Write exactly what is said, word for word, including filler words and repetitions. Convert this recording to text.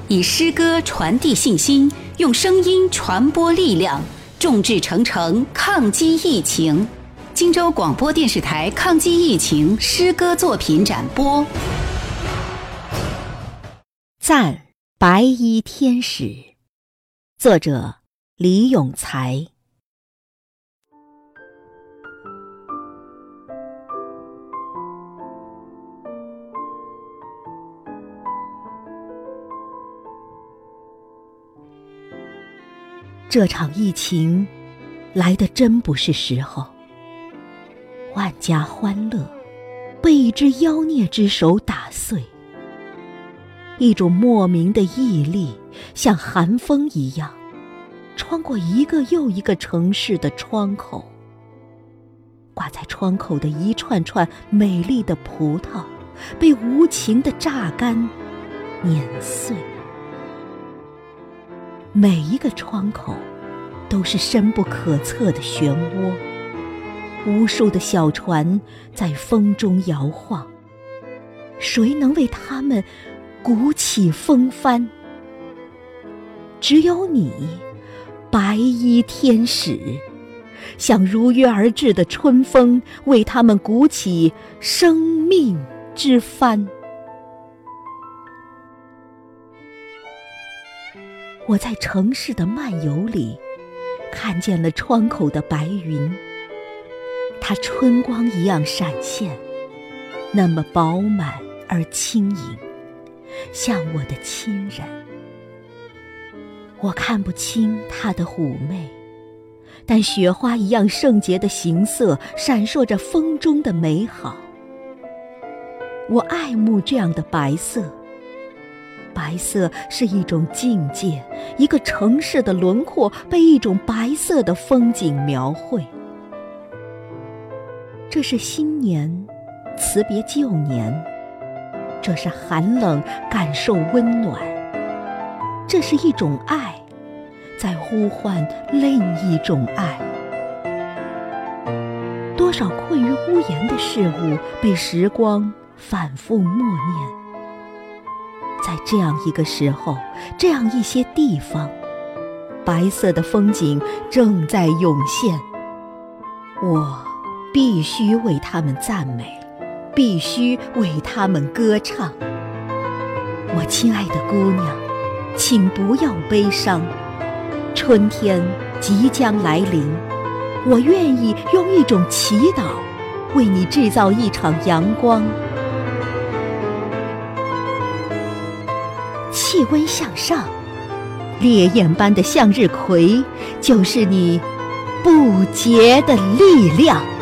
以诗歌传递信心，用声音传播力量，众志成城，抗击疫情。荆州广播电视台抗击疫情诗歌作品展播。 赞白衣天使，作者李永才。这场疫情来得真不是时候，万家欢乐被一只妖孽之手打碎，一种莫名的毅力像寒风一样穿过一个又一个城市的窗口，挂在窗口的一串串美丽的葡萄被无情地榨干碾碎，每一个窗口都是深不可测的漩涡，无数的小船在风中摇晃，谁能为他们鼓起风帆？只有你，白衣天使，像如约而至的春风，为他们鼓起生命之帆。我在城市的漫游里看见了窗口的白云，它春光一样闪现，那么饱满而轻盈，像我的亲人。我看不清它的妩媚，但雪花一样圣洁的形色闪烁着风中的美好。我爱慕这样的白色，白色是一种境界，一个城市的轮廓被一种白色的风景描绘。这是新年辞别旧年，这是寒冷感受温暖，这是一种爱在呼唤另一种爱。多少困于屋檐的事物被时光反复默念，在这样一个时候，这样一些地方，白色的风景正在涌现。我必须为他们赞美，必须为他们歌唱。我亲爱的姑娘，请不要悲伤，春天即将来临，我愿意用一种祈祷为你制造一场阳光。气温向上，烈焰般的向日葵就是你不竭的力量。